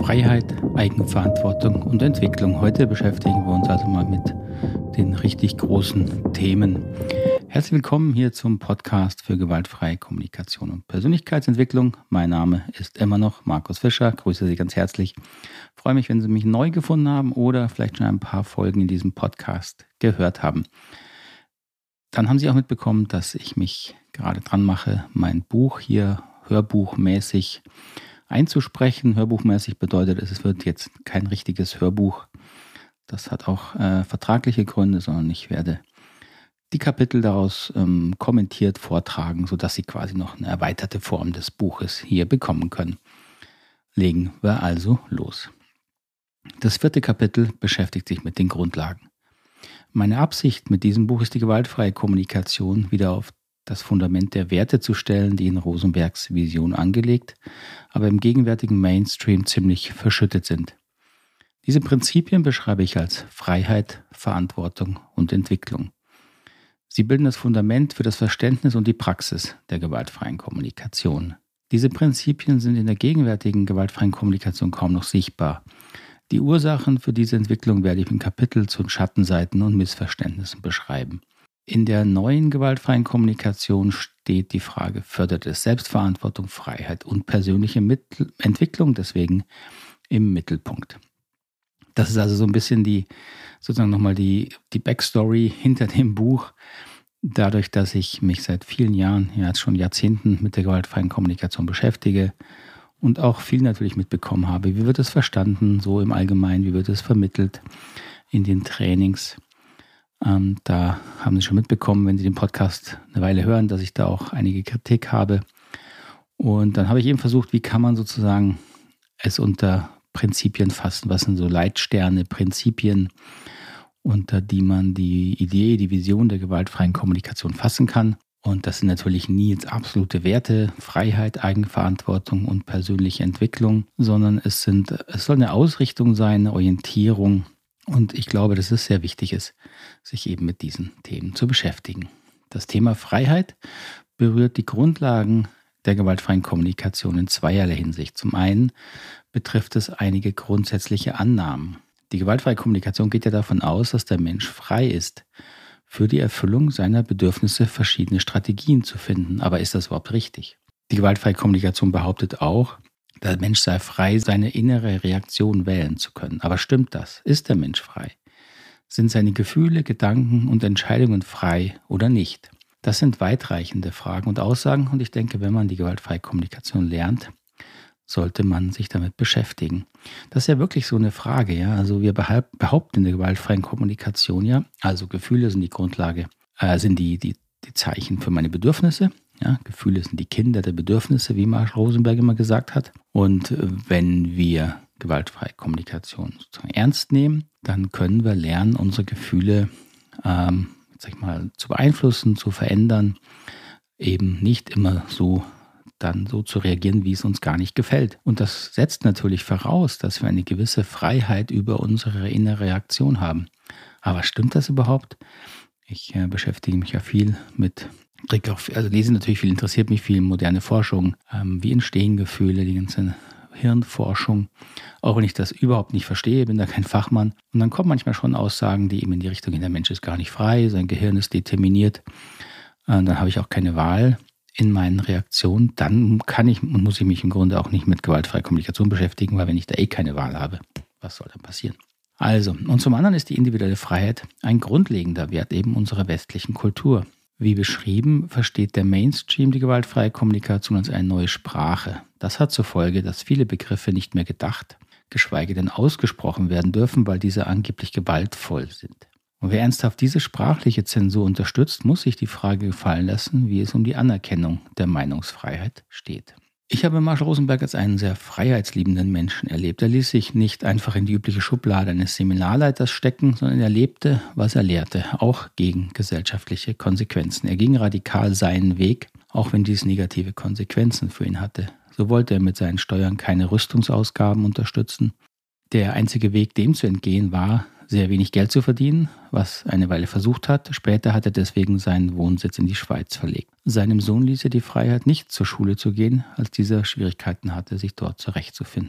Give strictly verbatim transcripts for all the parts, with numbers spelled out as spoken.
Freiheit, Eigenverantwortung und Entwicklung. Heute beschäftigen wir uns also mal mit den richtig großen Themen. Herzlich willkommen hier zum Podcast für gewaltfreie Kommunikation und Persönlichkeitsentwicklung. Mein Name ist immer noch Markus Fischer. Grüße Sie ganz herzlich. Ich freue mich, wenn Sie mich neu gefunden haben oder vielleicht schon ein paar Folgen in diesem Podcast gehört haben. Dann haben Sie auch mitbekommen, dass ich mich gerade dran mache, mein Buch hier hörbuchmäßig einzusprechen. Hörbuchmäßig bedeutet es, es wird jetzt kein richtiges Hörbuch. Das hat auch äh, vertragliche Gründe, sondern ich werde die Kapitel daraus ähm, kommentiert vortragen, sodass Sie quasi noch eine erweiterte Form des Buches hier bekommen können. Legen wir also los. Das vierte Kapitel beschäftigt sich mit den Grundlagen. Meine Absicht mit diesem Buch ist, die gewaltfreie Kommunikation wieder auf das Fundament der Werte zu stellen, die in Rosenbergs Vision angelegt, aber im gegenwärtigen Mainstream ziemlich verschüttet sind. Diese Prinzipien beschreibe ich als Freiheit, Verantwortung und Entwicklung. Sie bilden das Fundament für das Verständnis und die Praxis der gewaltfreien Kommunikation. Diese Prinzipien sind in der gegenwärtigen gewaltfreien Kommunikation kaum noch sichtbar. Die Ursachen für diese Entwicklung werde ich im Kapitel zu Schattenseiten und Missverständnissen beschreiben. In der neuen gewaltfreien Kommunikation steht die Frage, fördert es Selbstverantwortung, Freiheit und persönliche Mittel- Entwicklung deswegen im Mittelpunkt. Das ist also so ein bisschen die, sozusagen nochmal die, die Backstory hinter dem Buch. Dadurch, dass ich mich seit vielen Jahren, ja jetzt schon Jahrzehnten mit der gewaltfreien Kommunikation beschäftige und auch viel natürlich mitbekommen habe, wie wird es verstanden, so im Allgemeinen, wie wird es vermittelt in den Trainings. Ähm, da haben Sie schon mitbekommen, wenn Sie den Podcast eine Weile hören, dass ich da auch einige Kritik habe. Und dann habe ich eben versucht, wie kann man sozusagen es unter Prinzipien fassen, was sind so Leitsterne, Prinzipien, unter die man die Idee, die Vision der gewaltfreien Kommunikation fassen kann. Und das sind natürlich nie jetzt absolute Werte, Freiheit, Eigenverantwortung und persönliche Entwicklung, sondern es sind, es soll eine Ausrichtung sein, eine Orientierung. Und ich glaube, dass es sehr wichtig ist, sich eben mit diesen Themen zu beschäftigen. Das Thema Freiheit berührt die Grundlagen der gewaltfreien Kommunikation in zweierlei Hinsicht. Zum einen betrifft es einige grundsätzliche Annahmen. Die gewaltfreie Kommunikation geht ja davon aus, dass der Mensch frei ist, für die Erfüllung seiner Bedürfnisse verschiedene Strategien zu finden. Aber ist das überhaupt richtig? Die gewaltfreie Kommunikation behauptet auch, der Mensch sei frei, seine innere Reaktion wählen zu können. Aber stimmt das? Ist der Mensch frei? Sind seine Gefühle, Gedanken und Entscheidungen frei oder nicht? Das sind weitreichende Fragen und Aussagen und ich denke, wenn man die gewaltfreie Kommunikation lernt, sollte man sich damit beschäftigen. Das ist ja wirklich so eine Frage, ja. Also wir behaupten in der gewaltfreien Kommunikation ja, also Gefühle sind die Grundlage, äh, sind die, die, die Zeichen für meine Bedürfnisse. Ja, Gefühle sind die Kinder der Bedürfnisse, wie Marshall Rosenberg immer gesagt hat. Und wenn wir gewaltfreie Kommunikation sozusagen ernst nehmen, dann können wir lernen, unsere Gefühle ähm, sag ich mal, zu beeinflussen, zu verändern, eben nicht immer so dann so zu reagieren, wie es uns gar nicht gefällt. Und das setzt natürlich voraus, dass wir eine gewisse Freiheit über unsere innere Reaktion haben. Aber stimmt das überhaupt? Ich äh, beschäftige mich ja viel mit Also lese natürlich viel, interessiert mich viel, moderne Forschung, ähm, wie entstehen Gefühle, die ganze Hirnforschung, auch wenn ich das überhaupt nicht verstehe, bin da kein Fachmann. Und dann kommen manchmal schon Aussagen, die eben in die Richtung gehen, der Mensch ist gar nicht frei, sein Gehirn ist determiniert, äh, dann habe ich auch keine Wahl in meinen Reaktionen, dann kann ich und muss ich mich im Grunde auch nicht mit gewaltfreier Kommunikation beschäftigen, weil wenn ich da eh keine Wahl habe, was soll dann passieren? Also, und zum anderen ist die individuelle Freiheit ein grundlegender Wert eben unserer westlichen Kultur. Wie beschrieben, versteht der Mainstream die gewaltfreie Kommunikation als eine neue Sprache. Das hat zur Folge, dass viele Begriffe nicht mehr gedacht, geschweige denn ausgesprochen werden dürfen, weil diese angeblich gewaltvoll sind. Und wer ernsthaft diese sprachliche Zensur unterstützt, muss sich die Frage gefallen lassen, wie es um die Anerkennung der Meinungsfreiheit steht. Ich habe Marshall Rosenberg als einen sehr freiheitsliebenden Menschen erlebt. Er ließ sich nicht einfach in die übliche Schublade eines Seminarleiters stecken, sondern er lebte, was er lehrte, auch gegen gesellschaftliche Konsequenzen. Er ging radikal seinen Weg, auch wenn dies negative Konsequenzen für ihn hatte. So wollte er mit seinen Steuern keine Rüstungsausgaben unterstützen. Der einzige Weg, dem zu entgehen, war, sehr wenig Geld zu verdienen, was eine Weile versucht hat. Später hat er deswegen seinen Wohnsitz in die Schweiz verlegt. Seinem Sohn ließ er die Freiheit, nicht zur Schule zu gehen, als dieser Schwierigkeiten hatte, sich dort zurechtzufinden.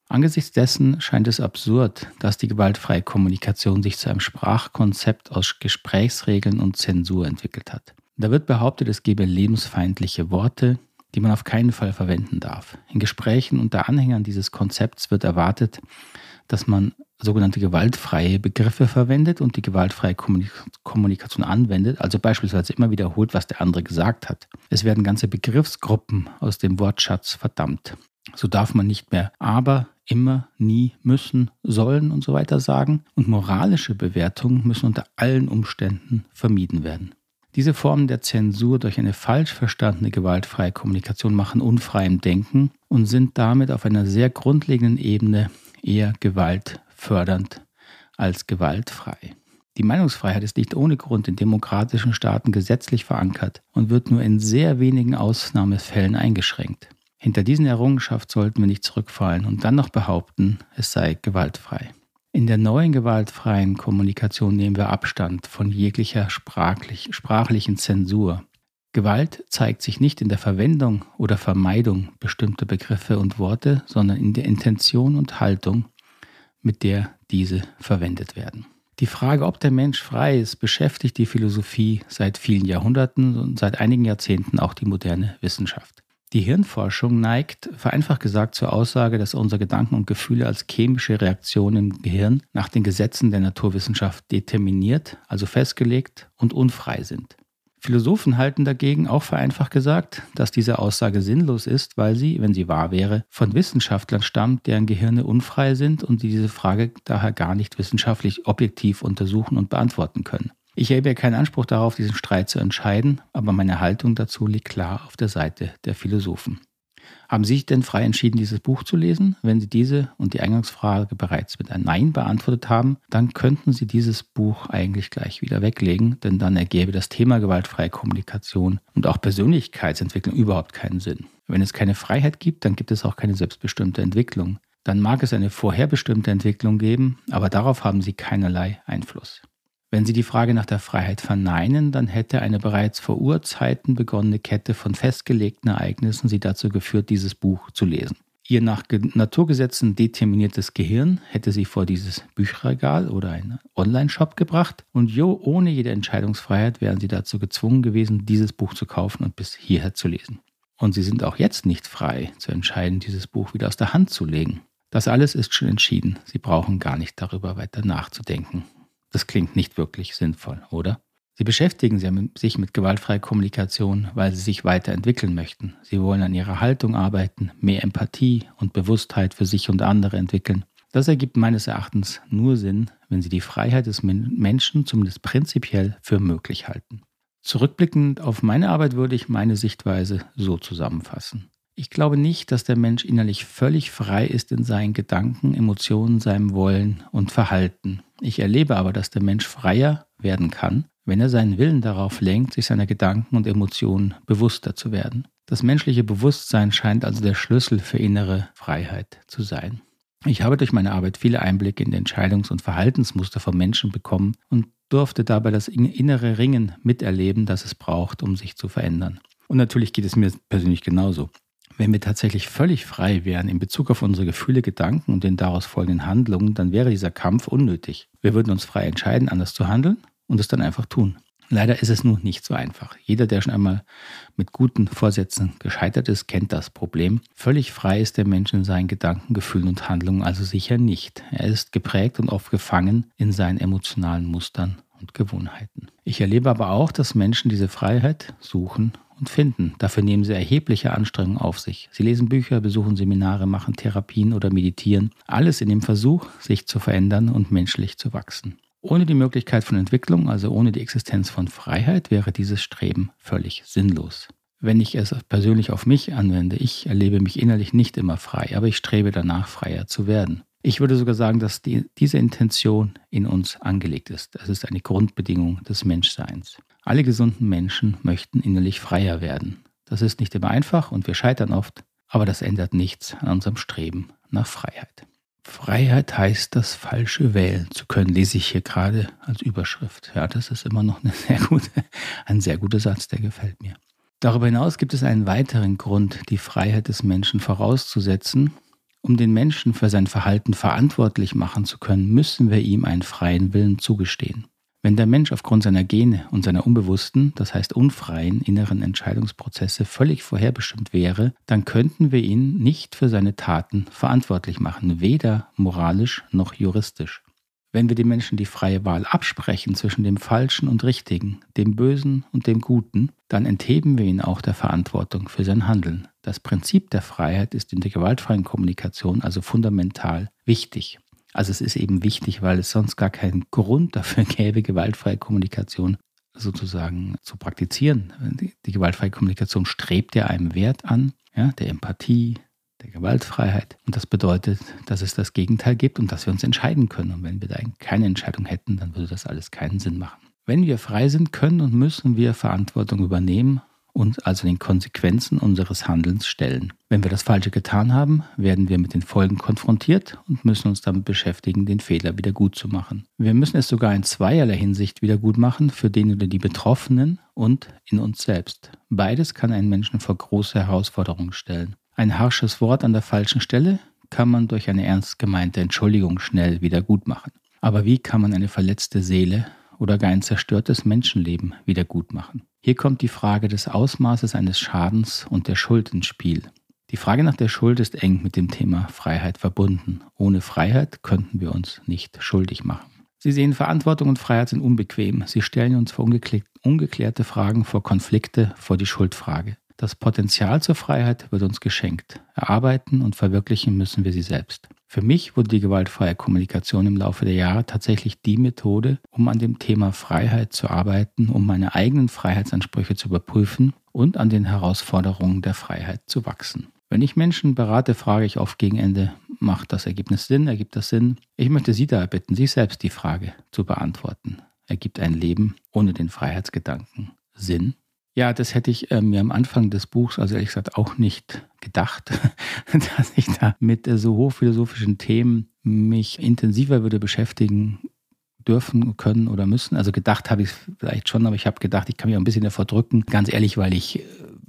Angesichts dessen scheint es absurd, dass die gewaltfreie Kommunikation sich zu einem Sprachkonzept aus Gesprächsregeln und Zensur entwickelt hat. Da wird behauptet, es gebe lebensfeindliche Worte, die man auf keinen Fall verwenden darf. In Gesprächen unter Anhängern dieses Konzepts wird erwartet, dass man sogenannte gewaltfreie Begriffe verwendet und die gewaltfreie Kommunikation anwendet, also beispielsweise immer wiederholt, was der andere gesagt hat. Es werden ganze Begriffsgruppen aus dem Wortschatz verdammt. So darf man nicht mehr aber, immer, nie, müssen, sollen und so weiter sagen. Und moralische Bewertungen müssen unter allen Umständen vermieden werden. Diese Formen der Zensur durch eine falsch verstandene gewaltfreie Kommunikation machen unfrei im Denken und sind damit auf einer sehr grundlegenden Ebene eher gewaltfördernd als gewaltfrei. Die Meinungsfreiheit ist nicht ohne Grund in demokratischen Staaten gesetzlich verankert und wird nur in sehr wenigen Ausnahmefällen eingeschränkt. Hinter diesen Errungenschaft sollten wir nicht zurückfallen und dann noch behaupten, es sei gewaltfrei. In der neuen gewaltfreien Kommunikation nehmen wir Abstand von jeglicher sprachlich, sprachlichen Zensur. Gewalt zeigt sich nicht in der Verwendung oder Vermeidung bestimmter Begriffe und Worte, sondern in der Intention und Haltung, mit der diese verwendet werden. Die Frage, ob der Mensch frei ist, beschäftigt die Philosophie seit vielen Jahrhunderten und seit einigen Jahrzehnten auch die moderne Wissenschaft. Die Hirnforschung neigt, vereinfacht gesagt, zur Aussage, dass unsere Gedanken und Gefühle als chemische Reaktionen im Gehirn nach den Gesetzen der Naturwissenschaft determiniert, also festgelegt und unfrei sind. Philosophen halten dagegen, auch vereinfacht gesagt, dass diese Aussage sinnlos ist, weil sie, wenn sie wahr wäre, von Wissenschaftlern stammt, deren Gehirne unfrei sind und die diese Frage daher gar nicht wissenschaftlich objektiv untersuchen und beantworten können. Ich erhebe keinen Anspruch darauf, diesen Streit zu entscheiden, aber meine Haltung dazu liegt klar auf der Seite der Philosophen. Haben Sie sich denn frei entschieden, dieses Buch zu lesen? Wenn Sie diese und die Eingangsfrage bereits mit einem Nein beantwortet haben, dann könnten Sie dieses Buch eigentlich gleich wieder weglegen, denn dann ergäbe das Thema gewaltfreie Kommunikation und auch Persönlichkeitsentwicklung überhaupt keinen Sinn. Wenn es keine Freiheit gibt, dann gibt es auch keine selbstbestimmte Entwicklung. Dann mag es eine vorherbestimmte Entwicklung geben, aber darauf haben Sie keinerlei Einfluss. Wenn Sie die Frage nach der Freiheit verneinen, dann hätte eine bereits vor Urzeiten begonnene Kette von festgelegten Ereignissen Sie dazu geführt, dieses Buch zu lesen. Ihr nach Naturgesetzen determiniertes Gehirn hätte Sie vor dieses Bücherregal oder einen Online-Shop gebracht und jo, ohne jede Entscheidungsfreiheit wären Sie dazu gezwungen gewesen, dieses Buch zu kaufen und bis hierher zu lesen. Und Sie sind auch jetzt nicht frei zu entscheiden, dieses Buch wieder aus der Hand zu legen. Das alles ist schon entschieden. Sie brauchen gar nicht darüber weiter nachzudenken. Das klingt nicht wirklich sinnvoll, oder? Sie beschäftigen sich mit gewaltfreier Kommunikation, weil Sie sich weiterentwickeln möchten. Sie wollen an Ihrer Haltung arbeiten, mehr Empathie und Bewusstheit für sich und andere entwickeln. Das ergibt meines Erachtens nur Sinn, wenn Sie die Freiheit des Menschen zumindest prinzipiell für möglich halten. Zurückblickend auf meine Arbeit würde ich meine Sichtweise so zusammenfassen. Ich glaube nicht, dass der Mensch innerlich völlig frei ist in seinen Gedanken, Emotionen, seinem Wollen und Verhalten. Ich erlebe aber, dass der Mensch freier werden kann, wenn er seinen Willen darauf lenkt, sich seiner Gedanken und Emotionen bewusster zu werden. Das menschliche Bewusstsein scheint also der Schlüssel für innere Freiheit zu sein. Ich habe durch meine Arbeit viele Einblicke in die Entscheidungs- und Verhaltensmuster von Menschen bekommen und durfte dabei das innere Ringen miterleben, das es braucht, um sich zu verändern. Und natürlich geht es mir persönlich genauso. Wenn wir tatsächlich völlig frei wären in Bezug auf unsere Gefühle, Gedanken und den daraus folgenden Handlungen, dann wäre dieser Kampf unnötig. Wir würden uns frei entscheiden, anders zu handeln und es dann einfach tun. Leider ist es nun nicht so einfach. Jeder, der schon einmal mit guten Vorsätzen gescheitert ist, kennt das Problem. Völlig frei ist der Mensch in seinen Gedanken, Gefühlen und Handlungen also sicher nicht. Er ist geprägt und oft gefangen in seinen emotionalen Mustern und Gewohnheiten. Ich erlebe aber auch, dass Menschen diese Freiheit suchen und finden. Dafür nehmen sie erhebliche Anstrengungen auf sich. Sie lesen Bücher, besuchen Seminare, machen Therapien oder meditieren. Alles in dem Versuch, sich zu verändern und menschlich zu wachsen. Ohne die Möglichkeit von Entwicklung, also ohne die Existenz von Freiheit, wäre dieses Streben völlig sinnlos. Wenn ich es persönlich auf mich anwende, ich erlebe mich innerlich nicht immer frei, aber ich strebe danach, freier zu werden. Ich würde sogar sagen, dass die, diese Intention in uns angelegt ist. Es ist eine Grundbedingung des Menschseins. Alle gesunden Menschen möchten innerlich freier werden. Das ist nicht immer einfach und wir scheitern oft, aber das ändert nichts an unserem Streben nach Freiheit. Freiheit heißt, das Falsche wählen zu können, lese ich hier gerade als Überschrift. Ja, das ist immer noch eine sehr gute, ein sehr guter Satz, der gefällt mir. Darüber hinaus gibt es einen weiteren Grund, die Freiheit des Menschen vorauszusetzen, Um den Menschen für sein Verhalten verantwortlich machen zu können, müssen wir ihm einen freien Willen zugestehen. Wenn der Mensch aufgrund seiner Gene und seiner unbewussten, das heißt unfreien inneren Entscheidungsprozesse völlig vorherbestimmt wäre, dann könnten wir ihn nicht für seine Taten verantwortlich machen, weder moralisch noch juristisch. Wenn wir den Menschen die freie Wahl absprechen zwischen dem Falschen und Richtigen, dem Bösen und dem Guten, dann entheben wir ihn auch der Verantwortung für sein Handeln. Das Prinzip der Freiheit ist in der gewaltfreien Kommunikation also fundamental wichtig. Also es ist eben wichtig, weil es sonst gar keinen Grund dafür gäbe, gewaltfreie Kommunikation sozusagen zu praktizieren. Die, die gewaltfreie Kommunikation strebt ja einem Wert an, ja, der Empathie, der Gewaltfreiheit. Und das bedeutet, dass es das Gegenteil gibt und dass wir uns entscheiden können. Und wenn wir da keine Entscheidung hätten, dann würde das alles keinen Sinn machen. Wenn wir frei sind, können und müssen wir Verantwortung übernehmen und also den Konsequenzen unseres Handelns stellen. Wenn wir das Falsche getan haben, werden wir mit den Folgen konfrontiert und müssen uns damit beschäftigen, den Fehler wieder gut zu machen. Wir müssen es sogar in zweierlei Hinsicht wieder gut machen, für den oder die Betroffenen und in uns selbst. Beides kann einen Menschen vor große Herausforderungen stellen. Ein harsches Wort an der falschen Stelle kann man durch eine ernst gemeinte Entschuldigung schnell wieder gut machen. Aber wie kann man eine verletzte Seele oder gar ein zerstörtes Menschenleben wieder gut machen? Hier kommt die Frage des Ausmaßes eines Schadens und der Schuld ins Spiel. Die Frage nach der Schuld ist eng mit dem Thema Freiheit verbunden. Ohne Freiheit könnten wir uns nicht schuldig machen. Sie sehen, Verantwortung und Freiheit sind unbequem. Sie stellen uns vor ungeklärte Fragen, vor Konflikte, vor die Schuldfrage. Das Potenzial zur Freiheit wird uns geschenkt. Erarbeiten und verwirklichen müssen wir sie selbst. Für mich wurde die gewaltfreie Kommunikation im Laufe der Jahre tatsächlich die Methode, um an dem Thema Freiheit zu arbeiten, um meine eigenen Freiheitsansprüche zu überprüfen und an den Herausforderungen der Freiheit zu wachsen. Wenn ich Menschen berate, frage ich oft gegen Ende, macht das Ergebnis Sinn, ergibt das Sinn? Ich möchte Sie daher bitten, sich selbst die Frage zu beantworten. Ergibt ein Leben ohne den Freiheitsgedanken Sinn? Ja, das hätte ich äh, mir am Anfang des Buchs, also ehrlich gesagt, auch nicht gedacht, dass ich da mit äh, so hochphilosophischen Themen mich intensiver würde beschäftigen dürfen, können oder müssen. Also gedacht habe ich es vielleicht schon, aber ich habe gedacht, ich kann mich auch ein bisschen davor drücken. Ganz ehrlich, weil ich äh,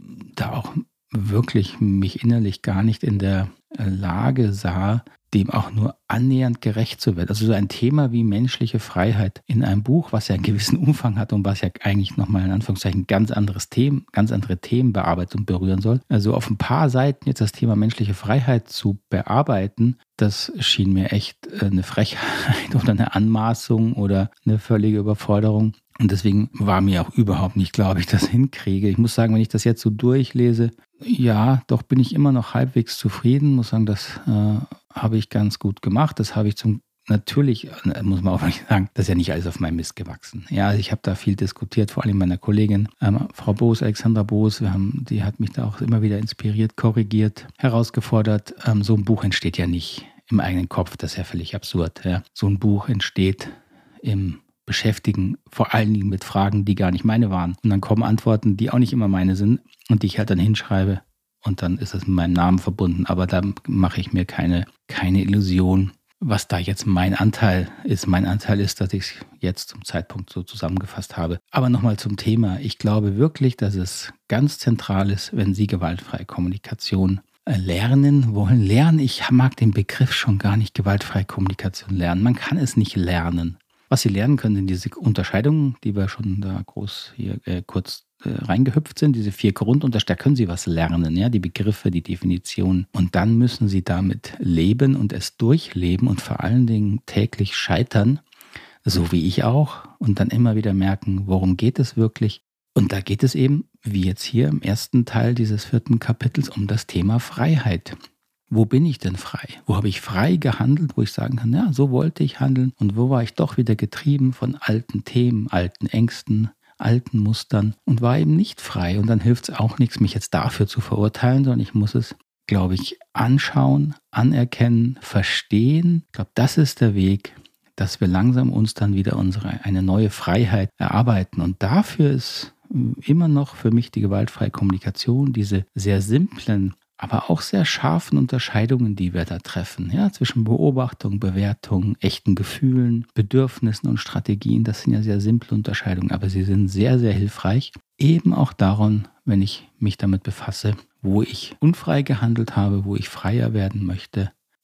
da auch wirklich mich innerlich gar nicht in der äh, Lage sah, dem auch nur annähernd gerecht zu werden. Also so ein Thema wie menschliche Freiheit in einem Buch, was ja einen gewissen Umfang hat und was ja eigentlich nochmal in Anführungszeichen ganz anderes Themen, ganz andere Themen bearbeitet und berühren soll. Also auf ein paar Seiten jetzt das Thema menschliche Freiheit zu bearbeiten, das schien mir echt eine Frechheit oder eine Anmaßung oder eine völlige Überforderung. Und deswegen war mir auch überhaupt nicht klar, ob ich das hinkriege. Ich muss sagen, wenn ich das jetzt so durchlese, ja, doch bin ich immer noch halbwegs zufrieden. Muss sagen, das äh, habe ich ganz gut gemacht. Das habe ich zum, natürlich, äh, muss man auch sagen, das ist ja nicht alles auf meinem Mist gewachsen. Ja, also ich habe da viel diskutiert, vor allem mit meiner Kollegin, ähm, Frau Boos, Alexandra Boos. Wir haben, die hat mich da auch immer wieder inspiriert, korrigiert, herausgefordert. Ähm, so ein Buch entsteht ja nicht im eigenen Kopf. Das ist ja völlig absurd. Ja. So ein Buch entsteht im Beschäftigen, vor allen Dingen mit Fragen, die gar nicht meine waren. Und dann kommen Antworten, die auch nicht immer meine sind und die ich halt dann hinschreibe und dann ist es mit meinem Namen verbunden. Aber da mache ich mir keine, keine Illusion, was da jetzt mein Anteil ist. Mein Anteil ist, dass ich es jetzt zum Zeitpunkt so zusammengefasst habe. Aber nochmal zum Thema. Ich glaube wirklich, dass es ganz zentral ist, wenn Sie gewaltfreie Kommunikation lernen wollen. Lernen, ich mag den Begriff schon gar nicht, gewaltfreie Kommunikation lernen. Man kann es nicht lernen. Was Sie lernen können, sind diese Unterscheidungen, die wir schon da groß hier äh, kurz äh, reingehüpft sind, diese vier Grundunterscheidungen, da können Sie was lernen, ja, die Begriffe, die Definitionen. Und dann müssen Sie damit leben und es durchleben und vor allen Dingen täglich scheitern, so wie ich auch, und dann immer wieder merken, worum geht es wirklich. Und da geht es eben, wie jetzt hier im ersten Teil dieses vierten Kapitels, um das Thema Freiheit. Wo bin ich denn frei? Wo habe ich frei gehandelt, wo ich sagen kann, ja, so wollte ich handeln, und wo war ich doch wieder getrieben von alten Themen, alten Ängsten, alten Mustern und war eben nicht frei. Und dann hilft es auch nichts, mich jetzt dafür zu verurteilen, sondern ich muss es, glaube ich, anschauen, anerkennen, verstehen. Ich glaube, das ist der Weg, dass wir langsam uns dann wieder unsere eine neue Freiheit erarbeiten. Und dafür ist immer noch für mich die gewaltfreie Kommunikation, diese sehr simplen, aber auch sehr scharfen Unterscheidungen, die wir da treffen, ja, zwischen Beobachtung, Bewertung, echten Gefühlen, Bedürfnissen und Strategien. Das sind ja sehr simple Unterscheidungen, aber sie sind sehr, sehr hilfreich. Eben auch daran, wenn ich mich damit befasse, wo ich unfrei gehandelt habe, wo ich freier werden möchte,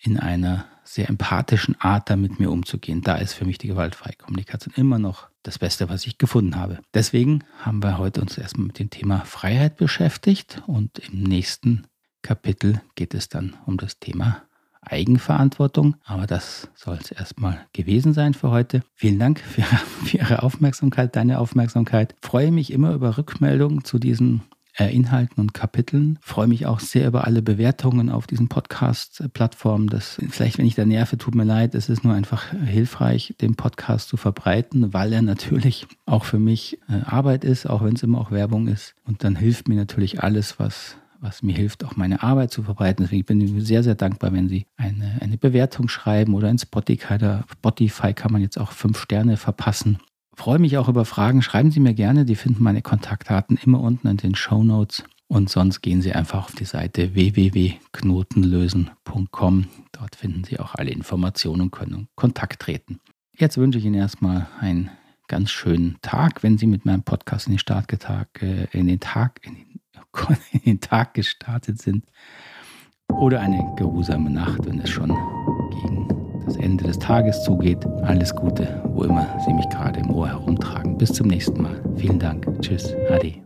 in einer sehr empathischen Art, da mit mir umzugehen. Da ist für mich die gewaltfreie Kommunikation immer noch das Beste, was ich gefunden habe. Deswegen haben wir heute uns erstmal mit dem Thema Freiheit beschäftigt und im nächsten Kapitel geht es dann um das Thema Eigenverantwortung. Aber das soll es erstmal gewesen sein für heute. Vielen Dank für, für Ihre Aufmerksamkeit, deine Aufmerksamkeit. Ich freue mich immer über Rückmeldungen zu diesen äh, Inhalten und Kapiteln. Ich freue mich auch sehr über alle Bewertungen auf diesen Podcast-Plattformen. Das vielleicht, wenn ich da nerve, tut mir leid. Es ist nur einfach hilfreich, den Podcast zu verbreiten, weil er natürlich auch für mich äh, Arbeit ist, auch wenn es immer auch Werbung ist. Und dann hilft mir natürlich alles, was was mir hilft, auch meine Arbeit zu verbreiten. Deswegen bin ich sehr, sehr dankbar, wenn Sie eine, eine Bewertung schreiben oder in Spotify, da Spotify kann man jetzt auch fünf Sterne verpassen. Ich freue mich auch über Fragen. Schreiben Sie mir gerne. Die finden meine Kontaktdaten immer unten in den Shownotes. Und sonst gehen Sie einfach auf die Seite w w w punkt knotenlösen punkt com. Dort finden Sie auch alle Informationen und können in Kontakt treten. Jetzt wünsche ich Ihnen erstmal einen ganz schönen Tag, wenn Sie mit meinem Podcast in den Startgetag, äh, in den Tag, in den in den Tag gestartet sind oder eine geruhsame Nacht, wenn es schon gegen das Ende des Tages zugeht. Alles Gute, wo immer Sie mich gerade im Ohr herumtragen. Bis zum nächsten Mal. Vielen Dank. Tschüss. Ade.